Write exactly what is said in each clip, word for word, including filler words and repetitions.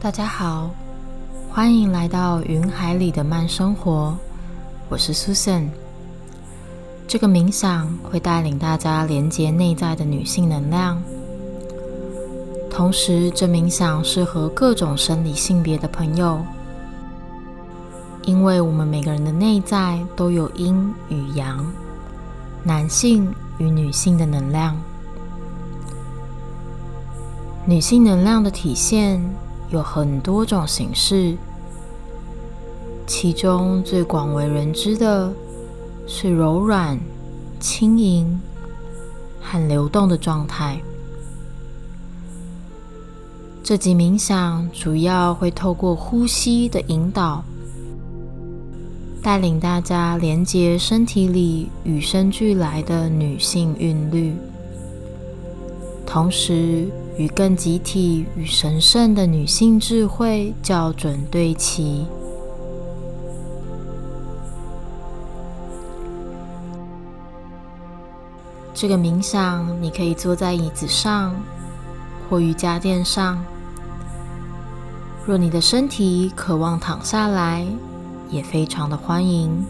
大家好，欢迎来到云海里的慢生活，我是 Susan。 这个冥想会带领大家连接内在的女性能量，同时这冥想适合各种生理性别的朋友，因为我们每个人的内在都有阴与阳，男性与女性的能量。女性能量的体现有很多种形式，其中最广为人知的是柔软、轻盈和流动的状态。这集冥想主要会透过呼吸的引导，带领大家连接身体里与生俱来的女性韵律，同时与更集体与神圣的女性智慧校准对齐。这个冥想你可以坐在椅子上或瑜伽垫上，若你的身体渴望躺下来，也非常的欢迎。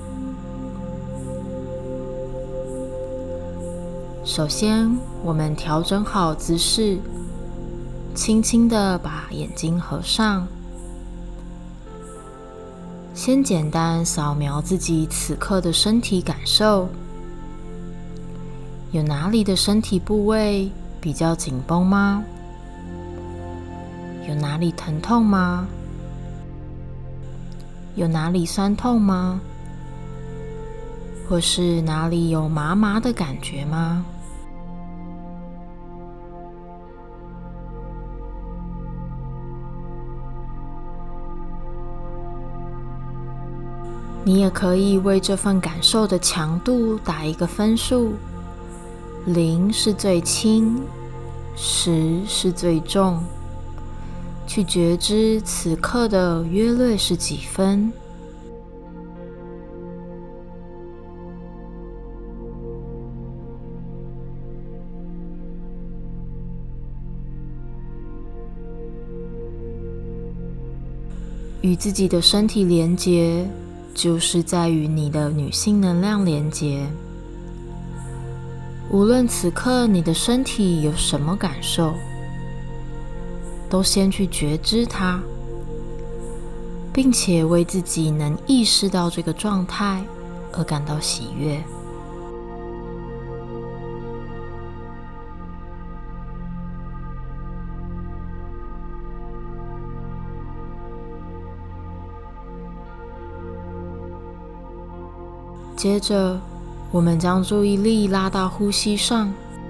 首先，我们调整好姿势，轻轻的把眼睛合上，先简单扫描自己此刻的身体感受，有哪里的身体部位比较紧绷吗？有哪里疼痛吗？有哪里酸痛吗？或是哪里有麻麻的感觉吗？你也可以为这份感受的强度打一个分数，零是最轻，十是最重，去觉知此刻的约略是几分。与自己的身体连结，就是在与你的女性能量连结。无论此刻你的身体有什么感受，都先去觉知它，并且为自己能意识到这个状态而感到喜悦。接着，我们将注意力拉到呼吸上。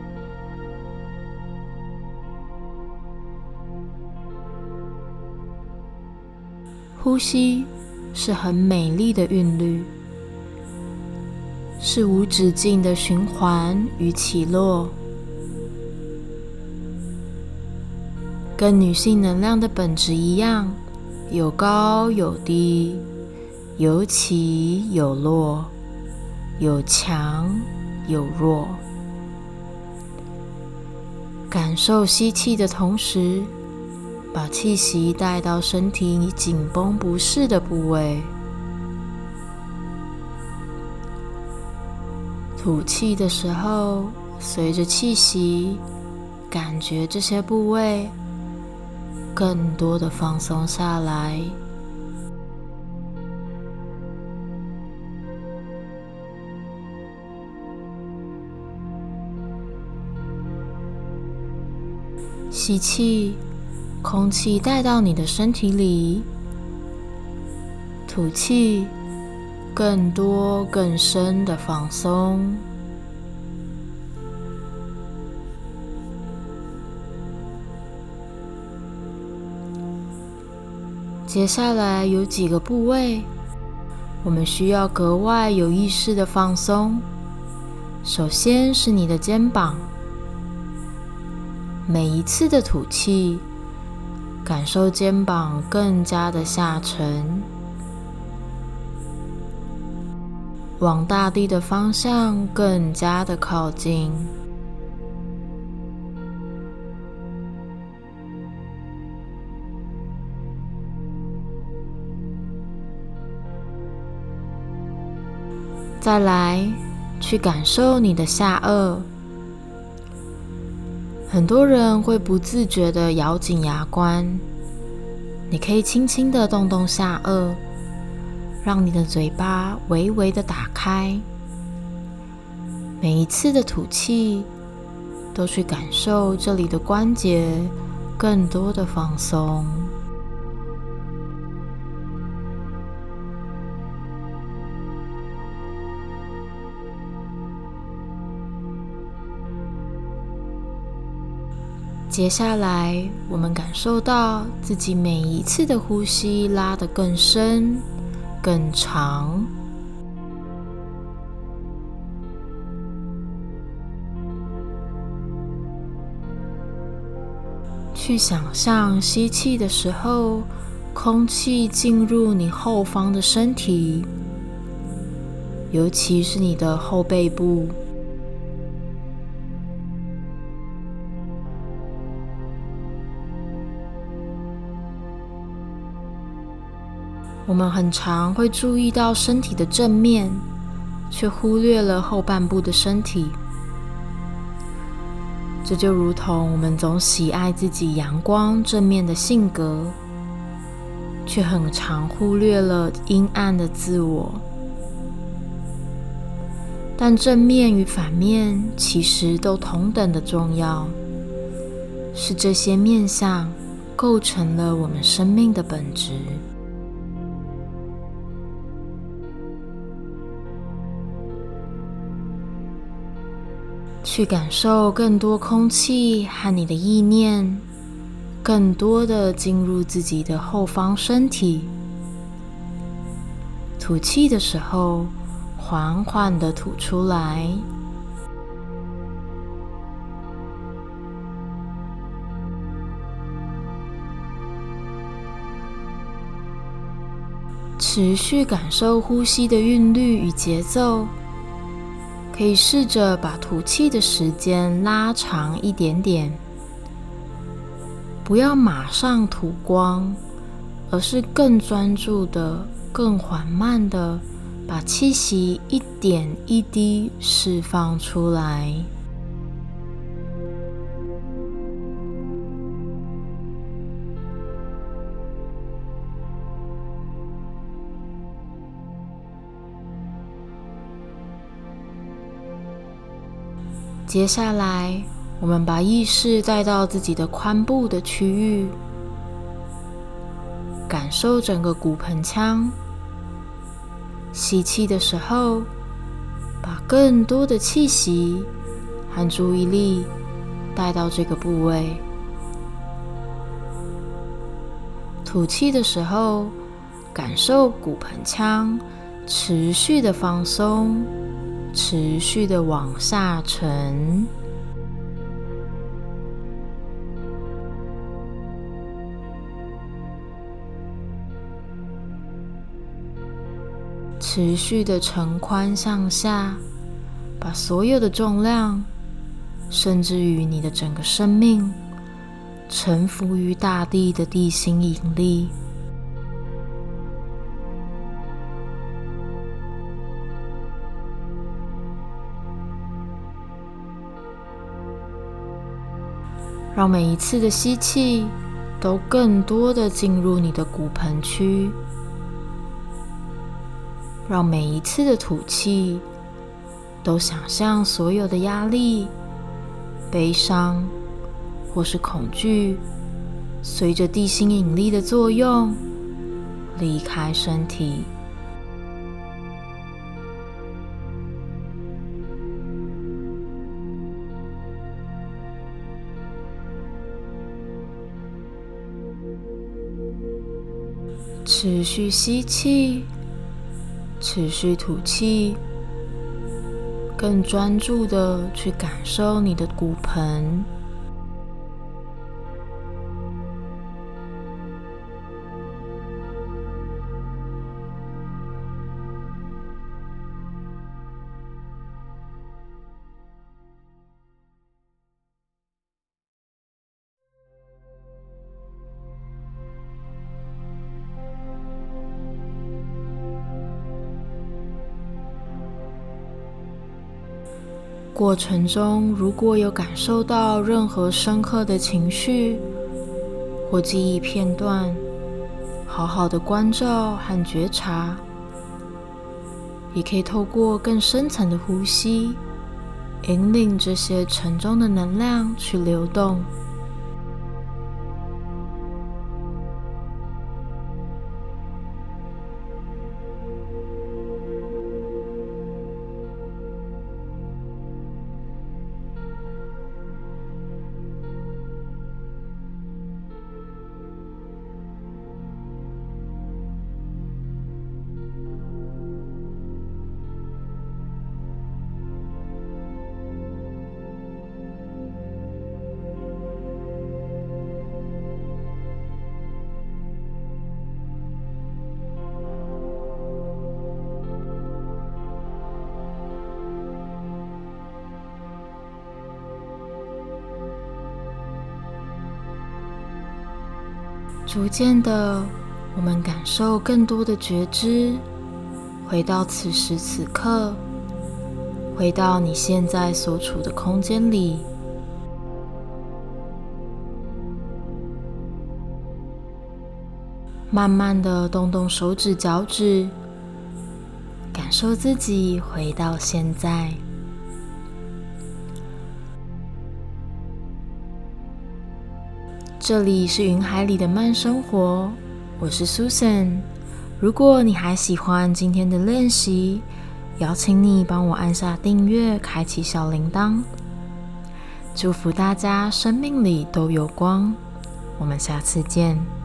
呼吸是很美丽的韵律，是无止境的循环与起落，跟女性能量的本质一样，有高有低，有起有落，有强有弱。感受吸气的同时，把气息带到身体紧绷不适的部位。吐气的时候，随着气息，感觉这些部位更多的放松下来。吸气，空气带到你的身体里；吐气，更多更深的放松。接下来有几个部位，我们需要格外有意识的放松。首先是你的肩膀。每一次的吐气，感受肩膀更加的下沉，往大地的方向更加的靠近。 再来，去感受你的下颚。很多人会不自觉地咬紧牙关，你可以轻轻地动动下颚，让你的嘴巴微微地打开。每一次的吐气，都去感受这里的关节更多的放松。接下来，我们感受到自己每一次的呼吸拉得更深、更长。去想象吸气的时候，空气进入你后方的身体，尤其是你的后背部。我们很常会注意到身体的正面，却忽略了后半部的身体。这就如同我们总喜爱自己阳光正面的性格，却很常忽略了阴暗的自我。但正面与反面其实都同等的重要，是这些面向构成了我们生命的本质。去感受更多空气和你的意念，更多的进入自己的后方身体。吐气的时候，缓缓的吐出来。持续感受呼吸的韵律与节奏。可以试着把吐气的时间拉长一点点，不要马上吐光，而是更专注的、更缓慢的把气息一点一滴释放出来。接下来，我们把意识带到自己的髋部的区域，感受整个骨盆腔。吸气的时候，把更多的气息和注意力带到这个部位。吐气的时候，感受骨盆腔持续的放松，持续的往下沉，持续的沉髋向下，把所有的重量，甚至于你的整个生命，臣服于大地的地心引力。让每一次的吸气都更多的进入你的骨盆区，让每一次的吐气都想象所有的压力、悲伤或是恐惧，随着地心引力的作用离开身体。持续吸气，持续吐气，更专注的去感受你的骨盆。 过程中如果有感受到任何深刻的情绪或记忆片段，好好的关照和觉察，也可以透过更深层的呼吸，引领这些沉重的能量去流动。逐渐的，我们感受更多的觉知，回到此时此刻，回到你现在所处的空间里。慢慢的动动手指、脚趾，感受自己回到现在。这里是云海里的慢生活，我是 Susan。如果你还喜欢今天的练习，邀请你帮我按下订阅，开启小铃铛。祝福大家生命里都有光，我们下次见。